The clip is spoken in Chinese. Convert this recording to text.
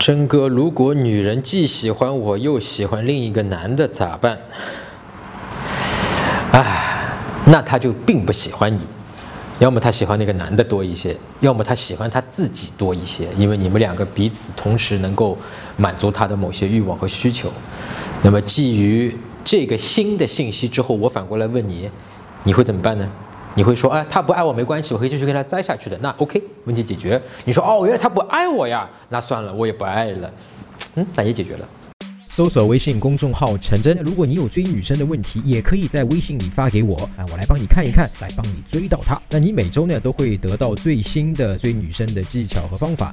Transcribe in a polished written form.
真哥，如果女人既喜欢我又喜欢另一个男的咋办？那她就并不喜欢你，要么她喜欢那个男的多一些，要么她喜欢她自己多一些，因为你们两个彼此同时能够满足她的某些欲望和需求。那么基于这个新的信息之后，我反过来问你，你会怎么办呢？你会说，他不爱我没关系，我可以继续跟他栽下去的，那 OK， 问题解决。你说，原来他不爱我呀，那算了，我也不爱了，那也解决了。 搜索微信公众号陈真，如果你有追女生的问题，也可以在微信里发给我，我来帮你看一看，来帮你追到她。那你每周呢都会得到最新的追女生的技巧和方法。